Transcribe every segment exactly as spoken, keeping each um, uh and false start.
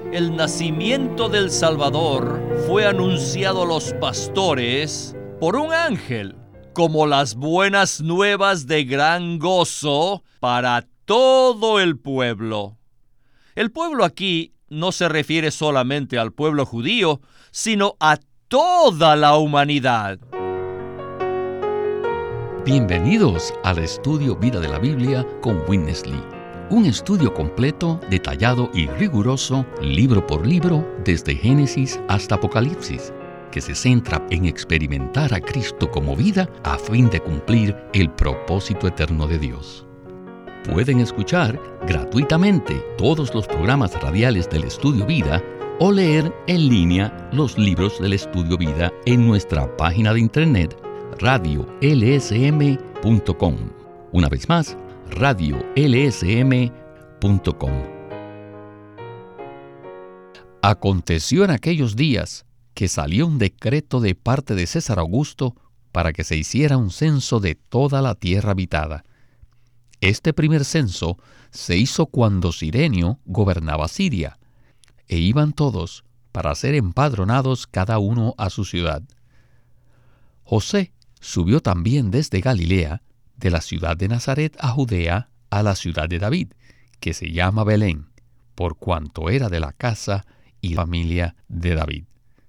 El nacimiento del Salvador fue anunciado a los pastores por un ángel, como las buenas nuevas de gran gozo para todo el pueblo. El pueblo aquí no se refiere solamente al pueblo judío, sino a toda la humanidad. Bienvenidos al estudio Vida de la Biblia con Witness Lee. Un estudio completo, detallado y riguroso, libro por libro, desde Génesis hasta Apocalipsis, que se centra en experimentar a Cristo como vida a fin de cumplir el propósito eterno de Dios. Pueden escuchar gratuitamente todos los programas radiales del Estudio Vida o leer en línea los libros del Estudio Vida en nuestra página de internet radio l s m punto com. Una vez más, radio l s m punto com. Aconteció en aquellos días que salió un decreto de parte de César Augusto para que se hiciera un censo de toda la tierra habitada. Este primer censo se hizo cuando Cirenio gobernaba Siria, e iban todos para ser empadronados cada uno a su ciudad. José subió también desde Galilea, de la ciudad de Nazaret a Judea, a la ciudad de David, que se llama Belén, por cuanto era de la casa y familia de David.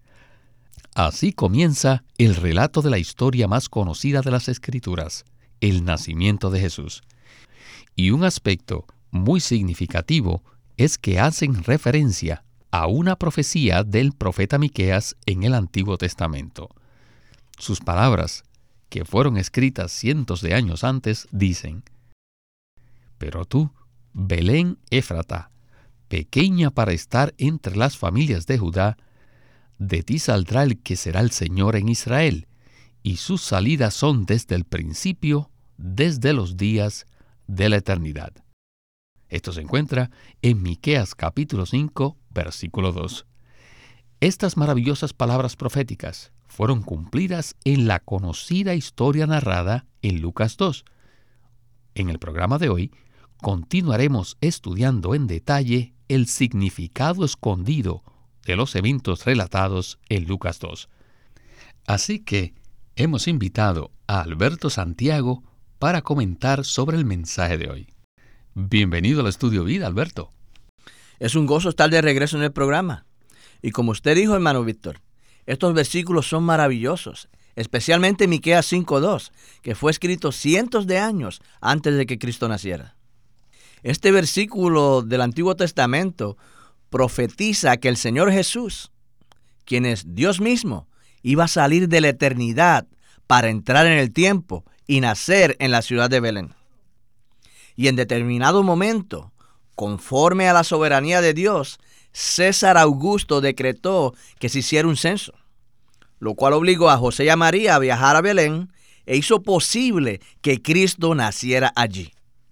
Así comienza el relato de la historia más conocida de las Escrituras, el nacimiento de Jesús. Y un aspecto muy significativo es que hacen referencia a una profecía del profeta Miqueas en el Antiguo Testamento. Sus palabras, que fueron escritas cientos de años antes, dicen: «Pero tú, Belén Éfrata, pequeña para estar entre las familias de Judá, de ti saldrá el que será el Señor en Israel, y sus salidas son desde el principio, desde los días de la eternidad». Esto se encuentra en Miqueas capítulo cinco, versículo dos. Estas maravillosas palabras proféticas fueron cumplidas en la conocida historia narrada en Lucas dos. En el programa de hoy, continuaremos estudiando en detalle el significado escondido de los eventos relatados en Lucas dos. Así que hemos invitado a Alberto Santiago para comentar sobre el mensaje de hoy. Bienvenido al Estudio Vida, Alberto. Es un gozo estar de regreso en el programa. Y como usted dijo, hermano Víctor, estos versículos son maravillosos, especialmente Miqueas cinco dos, que fue escrito cientos de años antes de que Cristo naciera. Este versículo del Antiguo Testamento profetiza que el Señor Jesús, quien es Dios mismo, iba a salir de la eternidad para entrar en el tiempo y nacer en la ciudad de Belén. Y en determinado momento, conforme a la soberanía de Dios, César Augusto decretó que se hiciera un censo, lo cual obligó a José y a María a viajar a Belén e hizo posible que Cristo naciera allí.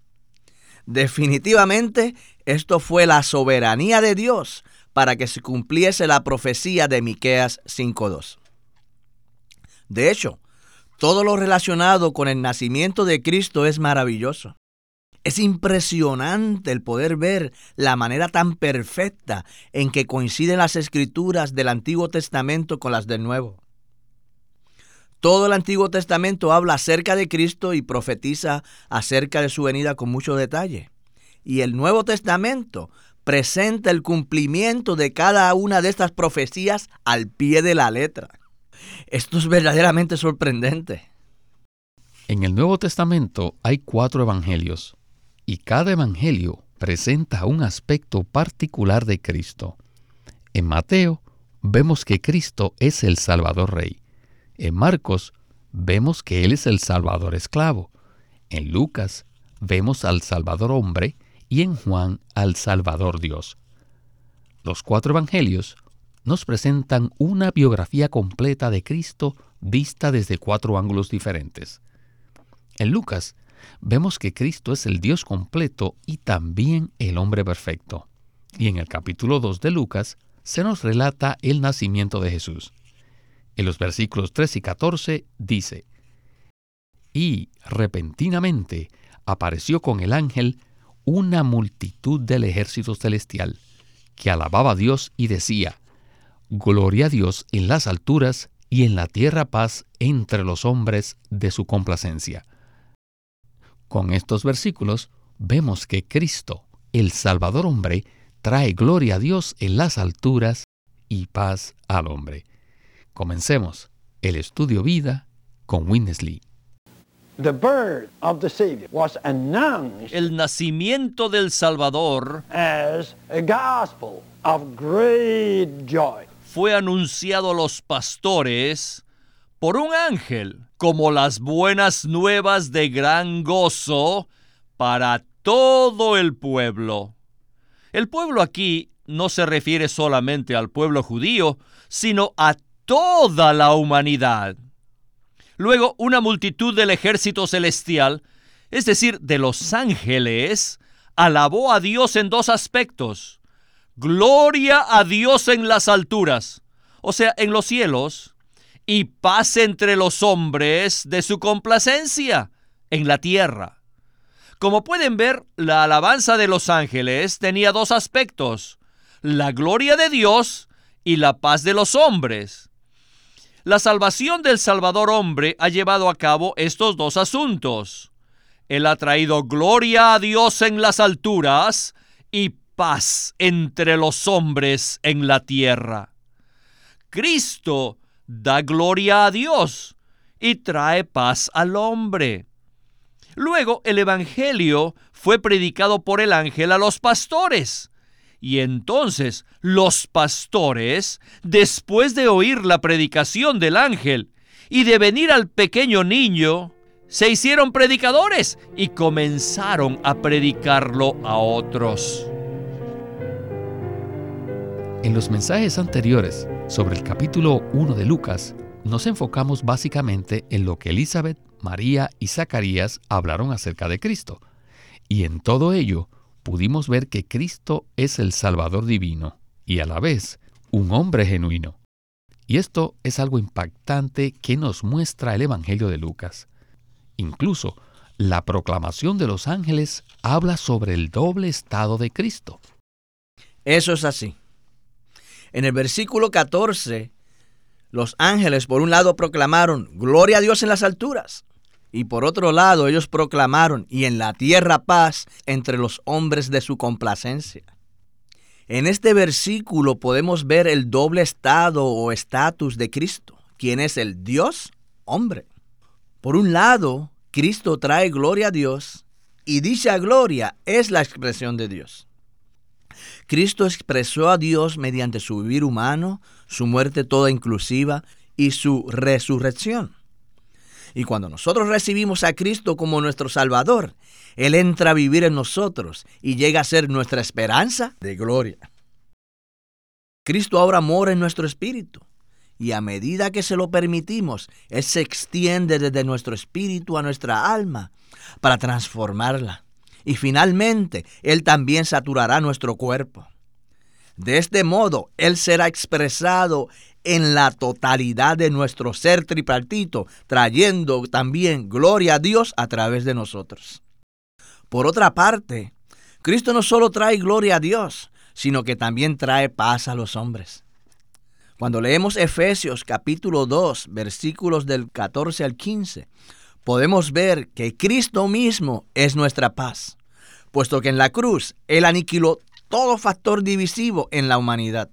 Definitivamente, esto fue la soberanía de Dios para que se cumpliese la profecía de Miqueas cinco dos. De hecho, todo lo relacionado con el nacimiento de Cristo es maravilloso. Es impresionante el poder ver la manera tan perfecta en que coinciden las escrituras del Antiguo Testamento con las del Nuevo. Todo el Antiguo Testamento habla acerca de Cristo y profetiza acerca de su venida con mucho detalle. Y el Nuevo Testamento presenta el cumplimiento de cada una de estas profecías al pie de la letra. Esto es verdaderamente sorprendente. En el Nuevo Testamento hay cuatro evangelios, y cada evangelio presenta un aspecto particular de Cristo. En Mateo vemos que Cristo es el Salvador Rey. En Marcos vemos que Él es el Salvador esclavo. En Lucas vemos al Salvador hombre y en Juan al Salvador Dios. Los cuatro evangelios nos presentan una biografía completa de Cristo vista desde cuatro ángulos diferentes. En Lucas vemos que Cristo es el Dios completo y también el hombre perfecto. Y en el capítulo dos de Lucas se nos relata el nacimiento de Jesús. En los versículos tres y catorce dice: «Y repentinamente apareció con el ángel una multitud del ejército celestial, que alababa a Dios y decía: Gloria a Dios en las alturas y en la tierra paz entre los hombres de su complacencia. Con estos versículos vemos que Cristo, el Salvador hombre, trae gloria a Dios en las alturas y paz al hombre. Comencemos el estudio vida con Witness Lee. The birth of the Savior was announced El nacimiento del Salvador as a gospel of great joy. fue anunciado a los pastores por un ángel como las buenas nuevas de gran gozo para todo el pueblo. El pueblo aquí no se refiere solamente al pueblo judío, sino a toda la humanidad. Luego, una multitud del ejército celestial, es decir, de los ángeles, alabó a Dios en dos aspectos. Gloria a Dios en las alturas, o sea, en los cielos, y paz entre los hombres de su complacencia en la tierra. Como pueden ver, la alabanza de los ángeles tenía dos aspectos: la gloria de Dios y la paz de los hombres. La salvación del Salvador hombre ha llevado a cabo estos dos asuntos. Él ha traído gloria a Dios en las alturas y paz entre los hombres en la tierra. Cristo da gloria a Dios y trae paz al hombre. Luego, el evangelio fue predicado por el ángel a los pastores. Y entonces los pastores, después de oír la predicación del ángel y de venir al pequeño niño, se hicieron predicadores y comenzaron a predicarlo a otros. En los mensajes anteriores sobre el capítulo uno de Lucas, nos enfocamos básicamente en lo que Elizabeth, María y Zacarías hablaron acerca de Cristo. Y en todo ello, pudimos ver que Cristo es el Salvador divino y a la vez un hombre genuino. Y esto es algo impactante que nos muestra el Evangelio de Lucas. Incluso, la proclamación de los ángeles habla sobre el doble estado de Cristo. Eso es así. En el versículo catorce, los ángeles por un lado proclamaron gloria a Dios en las alturas. Y por otro lado, ellos proclamaron, y en la tierra paz entre los hombres de su complacencia. En este versículo podemos ver el doble estado o estatus de Cristo, quien es el Dios hombre. Por un lado, Cristo trae gloria a Dios, y dicha gloria es la expresión de Dios. Cristo expresó a Dios mediante su vivir humano, su muerte toda inclusiva y su resurrección. Y cuando nosotros recibimos a Cristo como nuestro Salvador, Él entra a vivir en nosotros y llega a ser nuestra esperanza de gloria. Cristo ahora mora en nuestro espíritu, y a medida que se lo permitimos, Él se extiende desde nuestro espíritu a nuestra alma para transformarla. Y finalmente, Él también saturará nuestro cuerpo. De este modo, Él será expresado en la totalidad de nuestro ser tripartito, trayendo también gloria a Dios a través de nosotros. Por otra parte, Cristo no solo trae gloria a Dios, sino que también trae paz a los hombres. Cuando leemos Efesios capítulo dos, versículos del catorce al quince, podemos ver que Cristo mismo es nuestra paz, puesto que en la cruz Él aniquiló todo factor divisivo en la humanidad.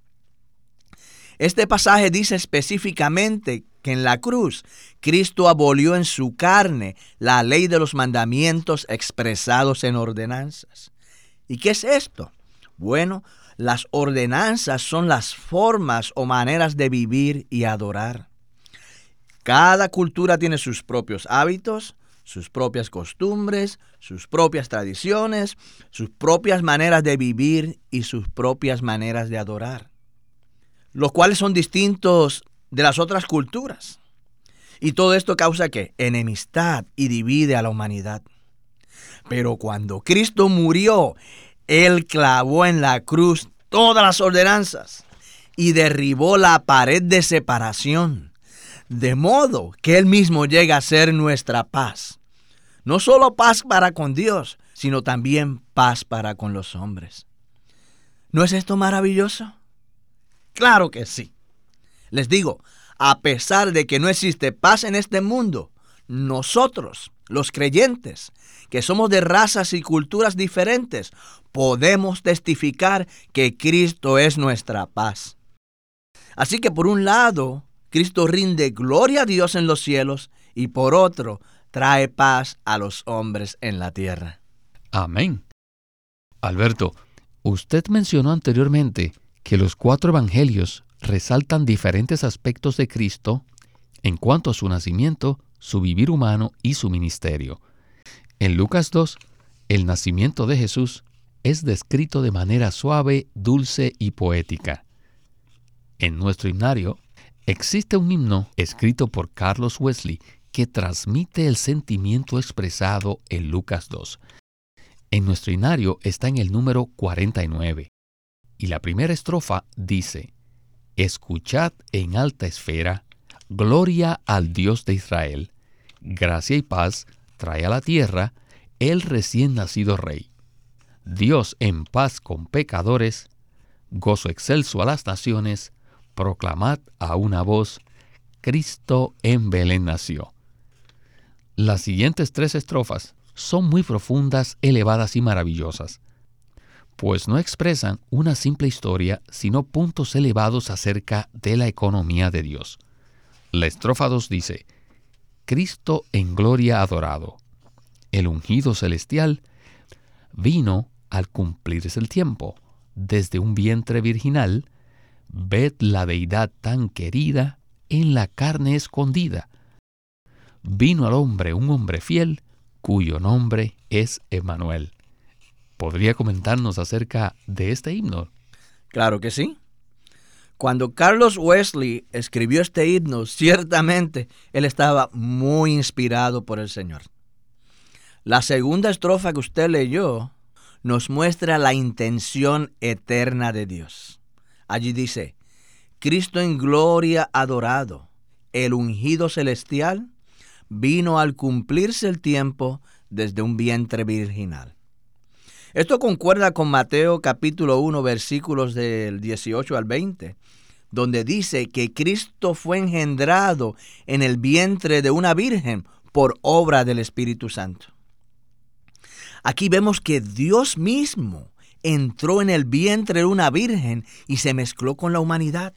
Este pasaje dice específicamente que en la cruz Cristo abolió en su carne la ley de los mandamientos expresados en ordenanzas. ¿Y qué es esto? Bueno, las ordenanzas son las formas o maneras de vivir y adorar. Cada cultura tiene sus propios hábitos, sus propias costumbres, sus propias tradiciones, sus propias maneras de vivir y sus propias maneras de adorar, los cuales son distintos de las otras culturas. Y todo esto causa ¿qué? Enemistad y divide a la humanidad. Pero cuando Cristo murió, Él clavó en la cruz todas las ordenanzas y derribó la pared de separación, de modo que Él mismo llega a ser nuestra paz. No solo paz para con Dios, sino también paz para con los hombres. ¿No es esto maravilloso? Claro que sí. Les digo, a pesar de que no existe paz en este mundo, nosotros, los creyentes, que somos de razas y culturas diferentes, podemos testificar que Cristo es nuestra paz. Así que por un lado, Cristo rinde gloria a Dios en los cielos y por otro, trae paz a los hombres en la tierra. Amén. Alberto, usted mencionó anteriormente que los cuatro evangelios resaltan diferentes aspectos de Cristo en cuanto a su nacimiento, su vivir humano y su ministerio. En Lucas dos, el nacimiento de Jesús es descrito de manera suave, dulce y poética. En nuestro himnario existe un himno escrito por Carlos Wesley que transmite el sentimiento expresado en Lucas dos. En nuestro himnario está en el número cuarenta y nueve, y la primera estrofa dice: «Escuchad en alta esfera, gloria al Dios de Israel, gracia y paz trae a la tierra el recién nacido Rey. Dios en paz con pecadores, gozo excelso a las naciones, proclamad a una voz, Cristo en Belén nació». Las siguientes tres estrofas son muy profundas, elevadas y maravillosas, pues no expresan una simple historia, sino puntos elevados acerca de la economía de Dios. La estrofa dos dice: «Cristo en gloria adorado, el ungido celestial, vino al cumplirse el tiempo, desde un vientre virginal, ved la deidad tan querida en la carne escondida. Vino al hombre un hombre fiel, cuyo nombre es Emmanuel». ¿Podría comentarnos acerca de este himno? Claro que sí. Cuando Carlos Wesley escribió este himno, ciertamente él estaba muy inspirado por el Señor. La segunda estrofa que usted leyó nos muestra la intención eterna de Dios. Allí dice: «Cristo en gloria adorado, el ungido celestial, vino al cumplirse el tiempo desde un vientre virginal». Esto concuerda con Mateo capítulo uno, versículos del dieciocho al veinte, donde dice que Cristo fue engendrado en el vientre de una virgen por obra del Espíritu Santo. Aquí vemos que Dios mismo entró en el vientre de una virgen y se mezcló con la humanidad.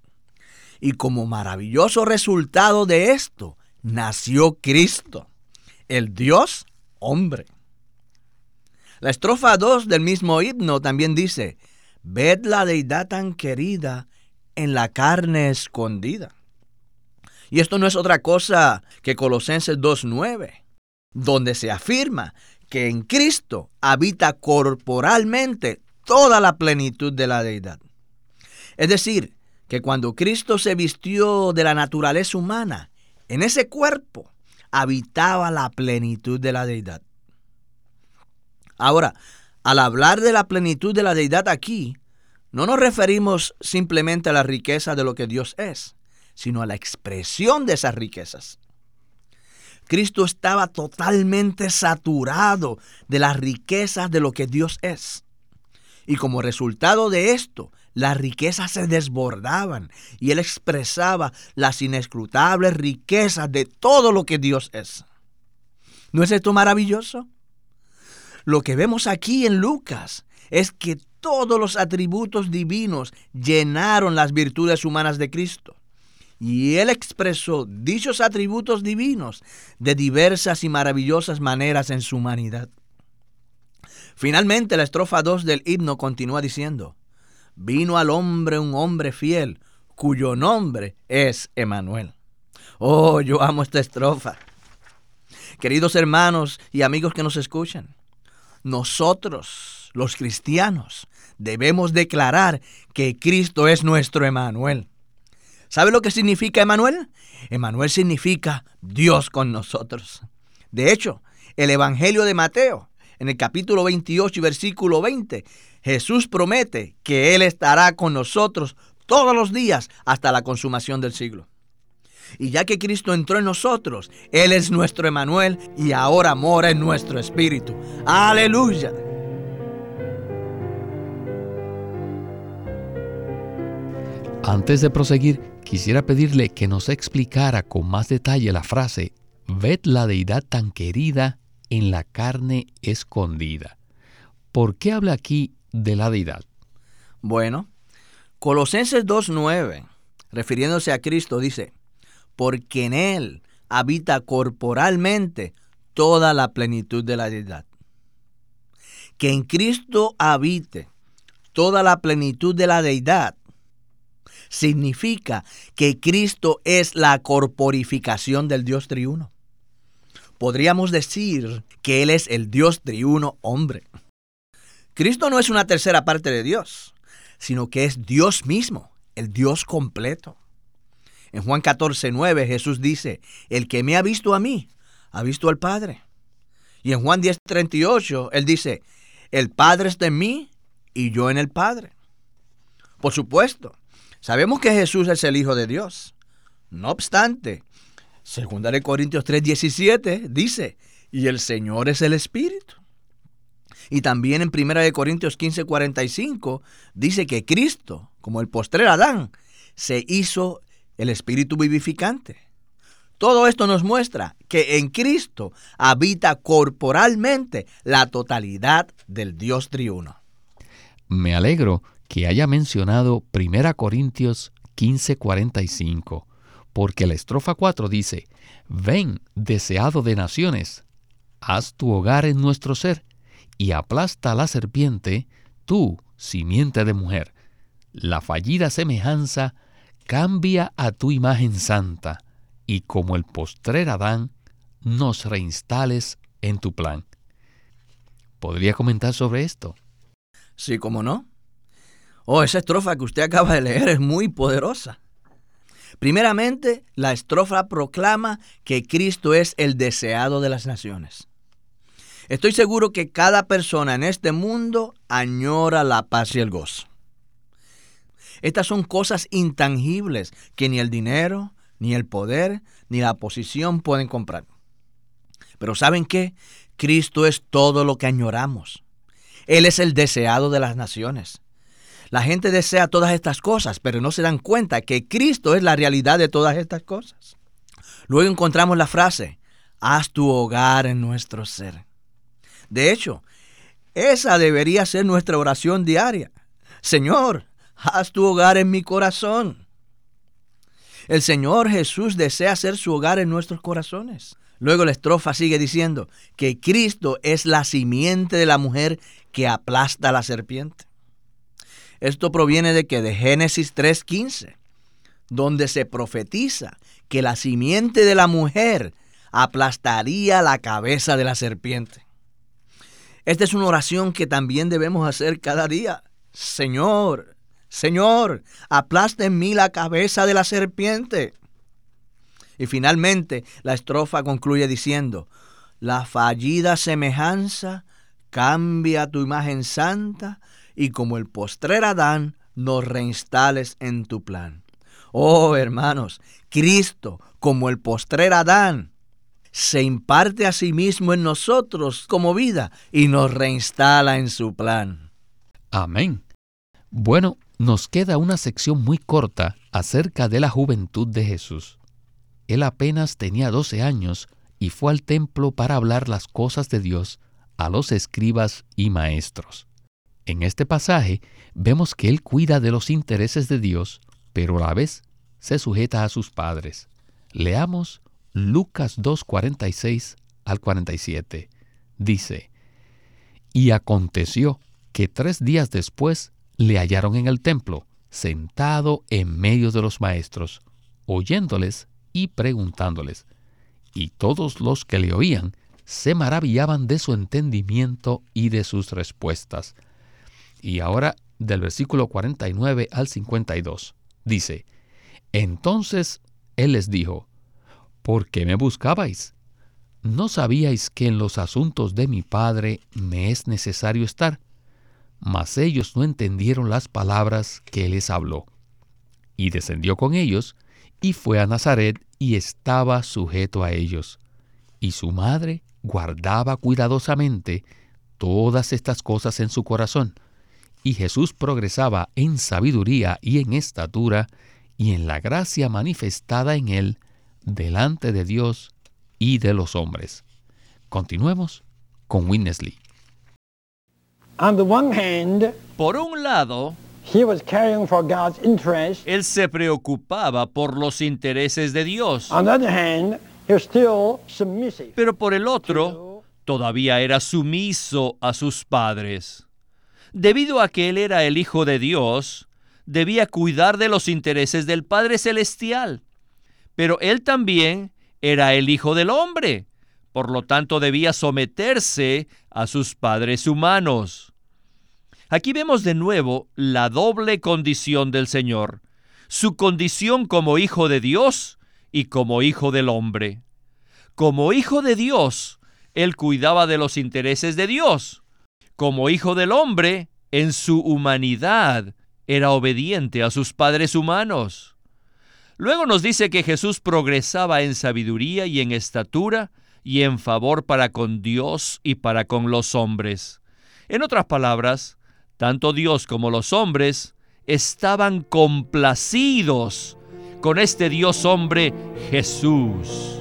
Y como maravilloso resultado de esto, nació Cristo, el Dios hombre. La estrofa dos del mismo himno también dice: «Ved la deidad tan querida en la carne escondida». Y esto no es otra cosa que Colosenses dos nueve, donde se afirma que en Cristo habita corporalmente toda la plenitud de la deidad. Es decir, que cuando Cristo se vistió de la naturaleza humana, en ese cuerpo habitaba la plenitud de la deidad. Ahora, al hablar de la plenitud de la deidad aquí, no nos referimos simplemente a la riqueza de lo que Dios es, sino a la expresión de esas riquezas. Cristo estaba totalmente saturado de las riquezas de lo que Dios es. Y como resultado de esto, las riquezas se desbordaban y Él expresaba las inescrutables riquezas de todo lo que Dios es. ¿No es esto maravilloso? Lo que vemos aquí en Lucas es que todos los atributos divinos llenaron las virtudes humanas de Cristo. Y Él expresó dichos atributos divinos de diversas y maravillosas maneras en su humanidad. Finalmente, la estrofa dos del himno continúa diciendo: «Vino al hombre un hombre fiel, cuyo nombre es Emmanuel». Oh, yo amo esta estrofa. Queridos hermanos y amigos que nos escuchan, nosotros, los cristianos, debemos declarar que Cristo es nuestro Emmanuel. ¿Sabe lo que significa Emmanuel? Emmanuel significa Dios con nosotros. De hecho, el Evangelio de Mateo, en el capítulo veintiocho y versículo veinte, Jesús promete que Él estará con nosotros todos los días hasta la consumación del siglo. Y ya que Cristo entró en nosotros, Él es nuestro Emmanuel y ahora mora en nuestro espíritu. ¡Aleluya! Antes de proseguir, quisiera pedirle que nos explicara con más detalle la frase «Ved la deidad tan querida en la carne escondida». ¿Por qué habla aquí de la deidad? Bueno, Colosenses dos nueve, refiriéndose a Cristo, dice, porque en Él habita corporalmente toda la plenitud de la deidad. Que en Cristo habite toda la plenitud de la deidad significa que Cristo es la corporificación del Dios triuno. Podríamos decir que Él es el Dios triuno hombre. Cristo no es una tercera parte de Dios, sino que es Dios mismo, el Dios completo. En Juan catorce nueve Jesús dice, el que me ha visto a mí, ha visto al Padre. Y en Juan diez treinta y ocho Él dice, el Padre está en mí y yo en el Padre. Por supuesto, sabemos que Jesús es el Hijo de Dios. No obstante, segunda de Corintios tres diecisiete dice, y el Señor es el Espíritu. Y también en primera de Corintios quince cuarenta y cinco dice que Cristo, como el postrer Adán, se hizo el Espíritu vivificante. Todo esto nos muestra que en Cristo habita corporalmente la totalidad del Dios triuno. Me alegro que haya mencionado primera Corintios quince cuarenta y cinco, porque la estrofa cuatro dice, ven, deseado de naciones, haz tu hogar en nuestro ser, y aplasta a la serpiente, tú, simiente de mujer. La fallida semejanza cambia a tu imagen santa, y como el postrer Adán, nos reinstales en tu plan. ¿Podría comentar sobre esto? Sí, ¿cómo no? Oh, esa estrofa que usted acaba de leer es muy poderosa. Primeramente, la estrofa proclama que Cristo es el deseado de las naciones. Estoy seguro que cada persona en este mundo añora la paz y el gozo. Estas son cosas intangibles que ni el dinero, ni el poder, ni la posición pueden comprar. Pero ¿saben qué? Cristo es todo lo que añoramos. Él es el deseado de las naciones. La gente desea todas estas cosas, pero no se dan cuenta que Cristo es la realidad de todas estas cosas. Luego encontramos la frase, haz tu hogar en nuestro ser. De hecho, esa debería ser nuestra oración diaria. Señor, haz tu hogar en mi corazón. El Señor Jesús desea hacer su hogar en nuestros corazones. Luego la estrofa sigue diciendo que Cristo es la simiente de la mujer que aplasta a la serpiente. Esto proviene de que de Génesis tres quince, donde se profetiza que la simiente de la mujer aplastaría la cabeza de la serpiente. Esta es una oración que también debemos hacer cada día. Señor, Señor, aplasta en mí la cabeza de la serpiente. Y finalmente la estrofa concluye diciendo, la fallida semejanza cambia tu imagen santa y como el postrer Adán nos reinstales en tu plan. Oh, hermanos, Cristo, como el postrer Adán, se imparte a sí mismo en nosotros como vida y nos reinstala en su plan. Amén. Bueno, nos queda una sección muy corta acerca de la juventud de Jesús. Él apenas tenía doce años y fue al templo para hablar las cosas de Dios a los escribas y maestros. En este pasaje vemos que él cuida de los intereses de Dios, pero a la vez se sujeta a sus padres. Leamos Lucas dos cuarenta y seis al cuarenta y siete. Dice, y aconteció que tres días después le hallaron en el templo, sentado en medio de los maestros, oyéndoles y preguntándoles. Y todos los que le oían se maravillaban de su entendimiento y de sus respuestas. Y ahora del versículo cuarenta y nueve al cincuenta y dos, dice, entonces él les dijo, ¿por qué me buscabais? ¿No sabíais que en los asuntos de mi Padre me es necesario estar? Mas ellos no entendieron las palabras que él les habló. Y descendió con ellos, y fue a Nazaret, y estaba sujeto a ellos. Y su madre guardaba cuidadosamente todas estas cosas en su corazón. y Jesús progresaba en sabiduría y en estatura y en la gracia manifestada en él delante de Dios y de los hombres. Continuemos con Witness Lee. On the one hand, Por un lado, he was caring for God's interest. él se preocupaba por los intereses de Dios, On the other hand, he was still submissive. pero por el otro, todavía era sumiso a sus padres. Debido a que él era el Hijo de Dios, debía cuidar de los intereses del Padre Celestial. Pero él también era el Hijo del Hombre, por lo tanto debía someterse a sus padres humanos. Aquí vemos de nuevo la doble condición del Señor, su condición como Hijo de Dios y como Hijo del Hombre. Como Hijo de Dios, él cuidaba de los intereses de Dios. Como Hijo del Hombre, en su humanidad, era obediente a sus padres humanos. Luego nos dice que Jesús progresaba en sabiduría y en estatura y en favor para con Dios y para con los hombres. En otras palabras, tanto Dios como los hombres estaban complacidos con este Dios hombre Jesús.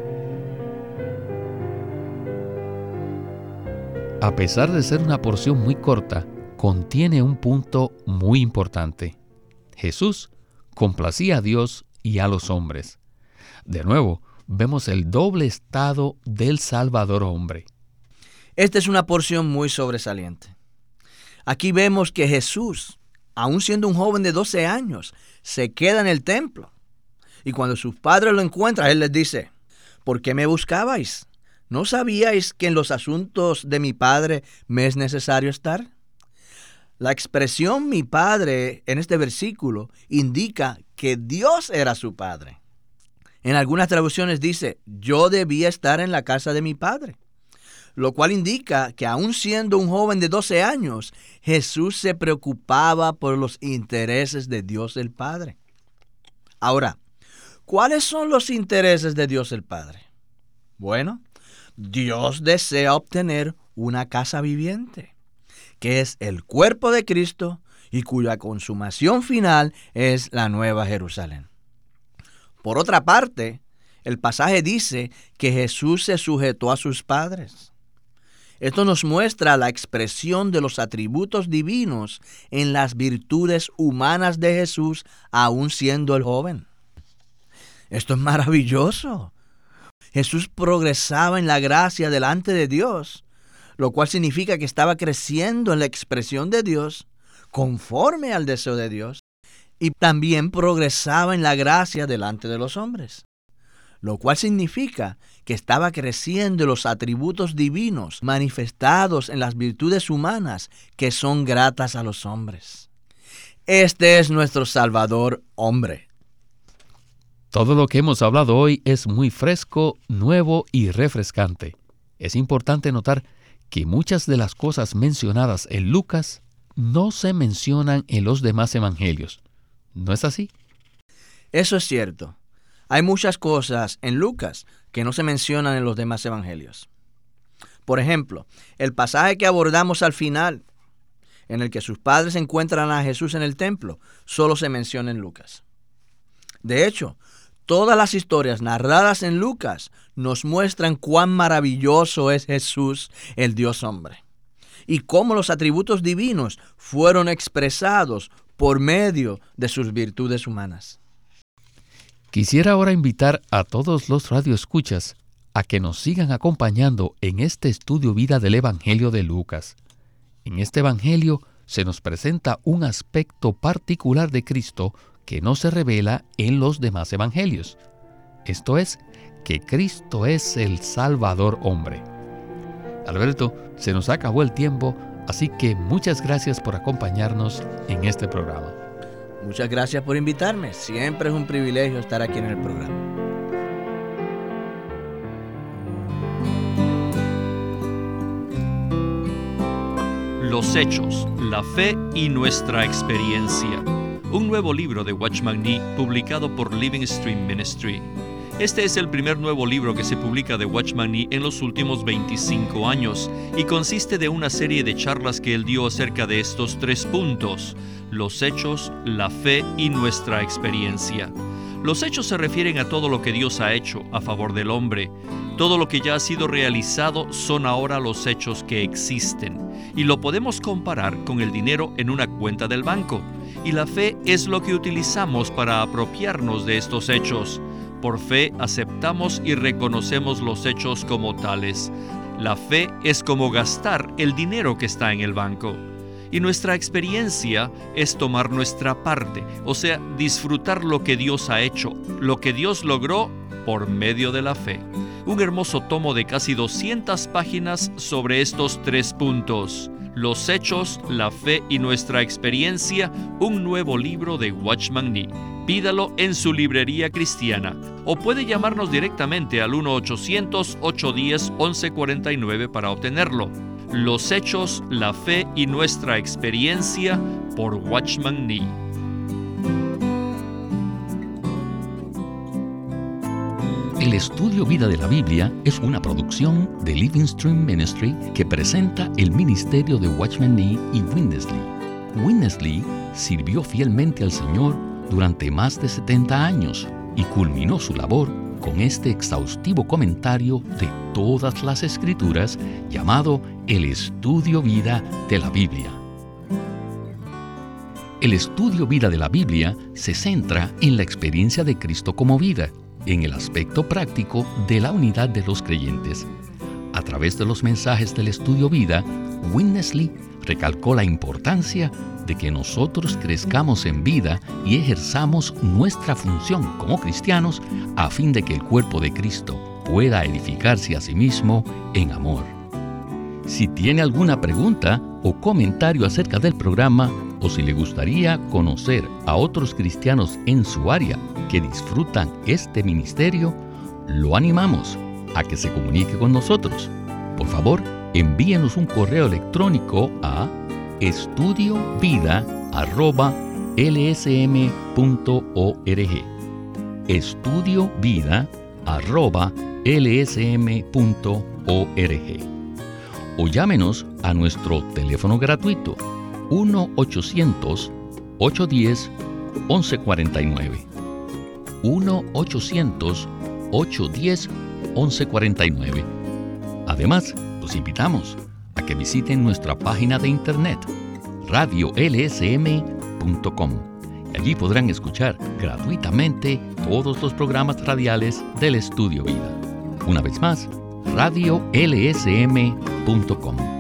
A pesar de ser una porción muy corta, contiene un punto muy importante. Jesús complacía a Dios y a los hombres. De nuevo, vemos el doble estado del Salvador hombre. Esta es una porción muy sobresaliente. Aquí vemos que Jesús, aun siendo un joven de doce años, se queda en el templo. Y cuando sus padres lo encuentran, él les dice, ¿por qué me buscabais? ¿No sabíais que en los asuntos de mi Padre me es necesario estar? La expresión mi Padre en este versículo indica que Dios era su Padre. En algunas traducciones dice, yo debía estar en la casa de mi Padre. Lo cual indica que aun siendo un joven de doce años, Jesús se preocupaba por los intereses de Dios el Padre. Ahora, ¿cuáles son los intereses de Dios el Padre? Bueno, Dios desea obtener una casa viviente, que es el cuerpo de Cristo y cuya consumación final es la Nueva Jerusalén. Por otra parte, el pasaje dice que Jesús se sujetó a sus padres. Esto nos muestra la expresión de los atributos divinos en las virtudes humanas de Jesús, aún siendo el joven. Esto es maravilloso. Jesús progresaba en la gracia delante de Dios, lo cual significa que estaba creciendo en la expresión de Dios, conforme al deseo de Dios, y también progresaba en la gracia delante de los hombres, lo cual significa que estaba creciendo en los atributos divinos manifestados en las virtudes humanas que son gratas a los hombres. Este es nuestro Salvador hombre. Todo lo que hemos hablado hoy es muy fresco, nuevo y refrescante. Es importante notar que muchas de las cosas mencionadas en Lucas no se mencionan en los demás evangelios. ¿No es así? Eso es cierto. Hay muchas cosas en Lucas que no se mencionan en los demás evangelios. Por ejemplo, el pasaje que abordamos al final, en el que sus padres encuentran a Jesús en el templo, solo se menciona en Lucas. De hecho, todas las historias narradas en Lucas nos muestran cuán maravilloso es Jesús, el Dios hombre, y cómo los atributos divinos fueron expresados por medio de sus virtudes humanas. Quisiera ahora invitar a todos los radioescuchas a que nos sigan acompañando en este estudio vida del Evangelio de Lucas. En este Evangelio se nos presenta un aspecto particular de Cristo que no se revela en los demás evangelios. Esto es, que Cristo es el Salvador hombre. Alberto, se nos acabó el tiempo, así que muchas gracias por acompañarnos en este programa. Muchas gracias por invitarme. Siempre es un privilegio estar aquí en el programa. Los Hechos, la Fe y nuestra experiencia. Un nuevo libro de Watchman Nee publicado por Living Stream Ministry. Este es el primer nuevo libro que se publica de Watchman Nee en los últimos veinticinco años y consiste de una serie de charlas que él dio acerca de estos tres puntos: los hechos, la fe y nuestra experiencia. Los hechos se refieren a todo lo que Dios ha hecho a favor del hombre. Todo lo que ya ha sido realizado son ahora los hechos que existen, y lo podemos comparar con el dinero en una cuenta del banco. Y la fe es lo que utilizamos para apropiarnos de estos hechos. Por fe aceptamos y reconocemos los hechos como tales. La fe es como gastar el dinero que está en el banco. Y nuestra experiencia es tomar nuestra parte, o sea, disfrutar lo que Dios ha hecho, lo que Dios logró por medio de la fe. Un hermoso tomo de casi doscientas páginas sobre estos tres puntos: los hechos, la fe y nuestra experiencia, un nuevo libro de Watchman Nee. Pídalo en su librería cristiana o puede llamarnos directamente al uno ochocientos, ocho uno cero, once cuarenta y nueve para obtenerlo. Los hechos, la fe y nuestra experiencia, por Watchman Nee. El Estudio Vida de la Biblia es una producción de Living Stream Ministry que presenta el ministerio de Watchman Nee y Witness Lee. Witness Lee sirvió fielmente al Señor durante más de setenta años y culminó su labor con este exhaustivo comentario de todas las Escrituras llamado el Estudio Vida de la Biblia. El Estudio Vida de la Biblia se centra en la experiencia de Cristo como vida, en el aspecto práctico de la unidad de los creyentes. A través de los mensajes del Estudio Vida, Witness Lee recalcó la importancia de que nosotros crezcamos en vida y ejerzamos nuestra función como cristianos a fin de que el cuerpo de Cristo pueda edificarse a sí mismo en amor. Si tiene alguna pregunta o comentario acerca del programa, o si le gustaría conocer a otros cristianos en su área que disfrutan este ministerio, lo animamos a que se comunique con nosotros. Por favor, envíenos un correo electrónico a estudiovida arroba l s m punto org. estudiovida arroba l s m punto org. O llámenos a nuestro teléfono gratuito uno ochocientos, ocho uno cero, once cuarenta y nueve. uno ochocientos, ocho uno cero, once cuarenta y nueve. Además, los invitamos a que visiten nuestra página de internet radio l s m punto com. Allí podrán escuchar gratuitamente todos los programas radiales del Estudio Vida. Una vez más, radio l s m punto com.